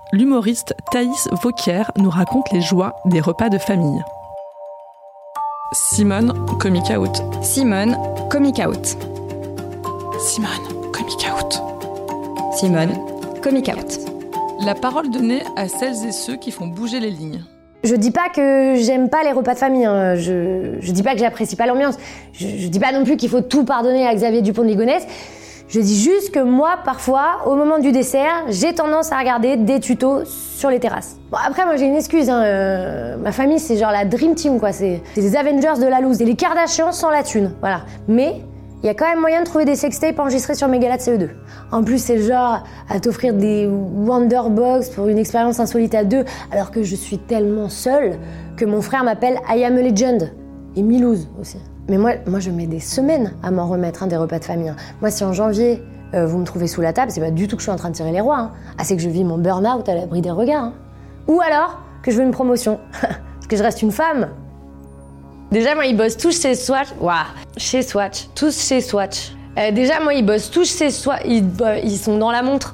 l'humoriste Thaïs Vauquier nous raconte les joies des repas de famille. Simone, comic out. Simone, comic out. Simone, comic out. Simone, comic out. La parole donnée à celles et ceux qui font bouger les lignes. Je dis pas que j'aime pas les repas de famille, hein. Je dis pas que j'apprécie pas l'ambiance. Je dis pas non plus qu'il faut tout pardonner à Xavier Dupont de Ligonnès. Je dis juste que moi, parfois, au moment du dessert, j'ai tendance à regarder des tutos sur les terrasses. Bon, après, moi, j'ai une excuse, hein. Ma famille, c'est genre la Dream Team, quoi. C'est les Avengers de la loose. C'est les Kardashians sans la thune, voilà. Mais il y a quand même moyen de trouver des sextapes enregistrés sur Mégala de CE2. En plus, c'est le genre à t'offrir des Wonderbox pour une expérience insolite à deux, alors que je suis tellement seule que mon frère m'appelle I am a legend. Et Milouz aussi. Mais moi, je mets des semaines à m'en remettre, hein, des repas de famille. Moi, si en janvier, vous me trouvez sous la table, c'est pas du tout que je suis en train de tirer les rois. Hein. Ah, c'est que je vis mon burn-out à l'abri des regards. Hein. Ou alors que je veux une promotion. Parce que je reste une femme. Déjà, moi, ils bossent tous chez Swatch. Waouh, chez Swatch. Tous chez Swatch. Déjà, moi, ils bossent tous chez Swatch. Ils sont dans la montre.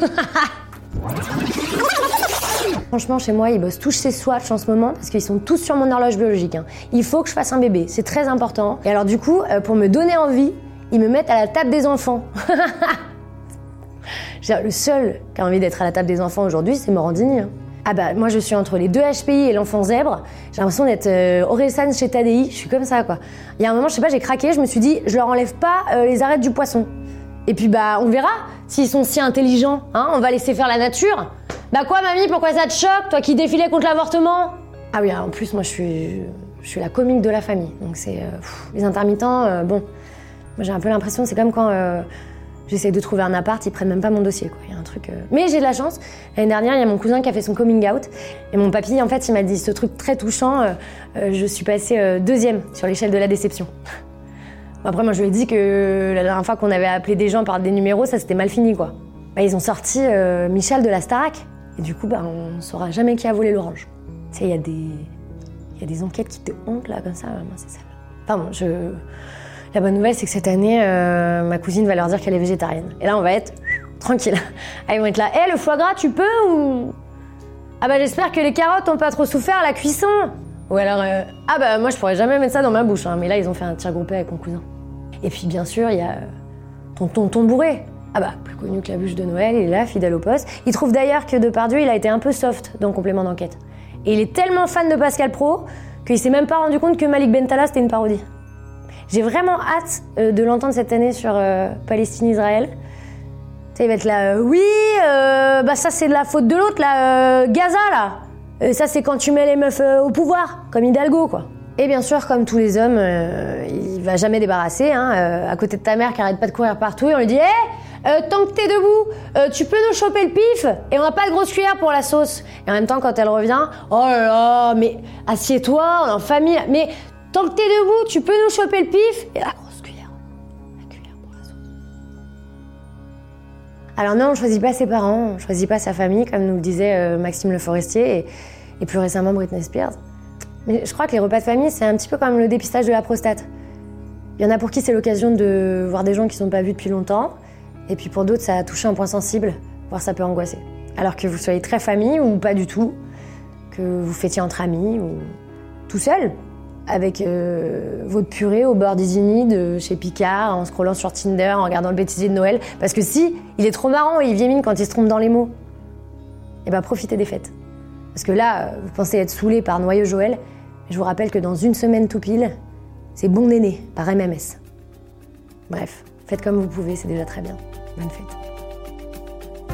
Franchement, chez moi, ils bossent tous chez Swatch en ce moment parce qu'ils sont tous sur mon horloge biologique. Hein. Il faut que je fasse un bébé, c'est très important. Et alors du coup, pour me donner envie, ils me mettent à la table des enfants. Le seul qui a envie d'être à la table des enfants aujourd'hui, c'est Morandini. Hein. Ah bah, moi je suis entre les deux HPI et l'enfant zèbre. J'ai l'impression d'être Orelsan chez Tadei. Je suis comme ça, quoi. Il y a un moment, je sais pas, j'ai craqué, je me suis dit, je leur enlève pas les arêtes du poisson. Et puis bah, on verra s'ils sont si intelligents. Hein, on va laisser faire la nature. Bah quoi, mamie, pourquoi ça te choque, toi qui défilais contre l'avortement? Ah oui, en plus, moi, je suis la comique de la famille. Donc c'est... les intermittents, bon... Moi, j'ai un peu l'impression, c'est comme quand j'essaie de trouver un appart, ils prennent même pas mon dossier, quoi. Il y a un truc... Mais j'ai de la chance. L'année dernière, il y a mon cousin qui a fait son coming out. Et mon papy, en fait, il m'a dit ce truc très touchant. Je suis passée deuxième sur l'échelle de la déception. Bon, après, moi, je lui ai dit que la dernière fois qu'on avait appelé des gens par des numéros, ça s'était mal fini, quoi. Bah, ils ont sorti Michel de la Starac. Et du coup, bah, on ne saura jamais qui a volé l'orange. Tu sais, il y a des enquêtes qui te hontent, là, comme ça. Moi, c'est ça. Enfin bon, la bonne nouvelle, c'est que cette année, ma cousine va leur dire qu'elle est végétarienne. Et là, on va être tranquille. Ah, ils vont être là. Le foie gras, tu peux ou... Ah bah, j'espère que les carottes n'ont pas trop souffert à la cuisson. Ou alors... Ah bah, moi, je pourrais jamais mettre ça dans ma bouche. Hein. Mais là, ils ont fait un tir groupé avec mon cousin. Et puis, bien sûr, il y a tonton bourré. Ah bah, plus connu que la bûche de Noël, il est là, fidèle au poste. Il trouve d'ailleurs que Depardieu, il a été un peu soft dans Complément d'enquête. Et il est tellement fan de Pascal Praud qu'il s'est même pas rendu compte que Malik Bentala, c'était une parodie. J'ai vraiment hâte de l'entendre cette année sur Palestine-Israël. Tu sais, il va être là, oui, bah ça c'est de la faute de l'autre, là, Gaza, là. Ça c'est quand tu mets les meufs au pouvoir, comme Hidalgo, quoi. Et bien sûr, comme tous les hommes, il va jamais débarrasser, hein, à côté de ta mère qui arrête pas de courir partout, et on lui dit tant que t'es debout, tu peux nous choper le pif et on n'a pas de grosse cuillère pour la sauce. Et en même temps, quand elle revient, oh là là, mais assieds-toi, on est en famille. Mais tant que t'es debout, tu peux nous choper le pif et la grosse cuillère. La cuillère pour la sauce. Alors non, on choisit pas ses parents, on choisit pas sa famille, comme nous le disait Maxime Le Forestier et plus récemment Britney Spears. Mais je crois que les repas de famille, c'est un petit peu comme le dépistage de la prostate. Il y en a pour qui c'est l'occasion de voir des gens qui ne sont pas vus depuis longtemps. Et puis pour d'autres, ça a touché un point sensible, voire ça peut angoisser. Alors que vous soyez très famille ou pas du tout, que vous fêtiez entre amis ou tout seul, avec votre purée au beurre d'Isigny de chez Picard, en scrollant sur Tinder, en regardant le bêtisier de Noël. Parce que si, il est trop marrant Olivier Mine quand il se trompe dans les mots. Et ben profitez des fêtes. Parce que là, vous pensez être saoulé par Noyeux Joël, mais je vous rappelle que dans une semaine tout pile, c'est Bon Néné par MMS. Bref, faites comme vous pouvez, c'est déjà très bien. Bonne fête.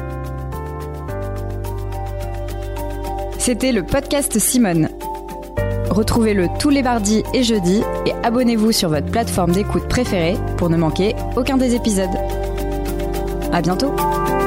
C'était le podcast Simone. Retrouvez-le tous les mardis et jeudis et abonnez-vous sur votre plateforme d'écoute préférée pour ne manquer aucun des épisodes. À bientôt.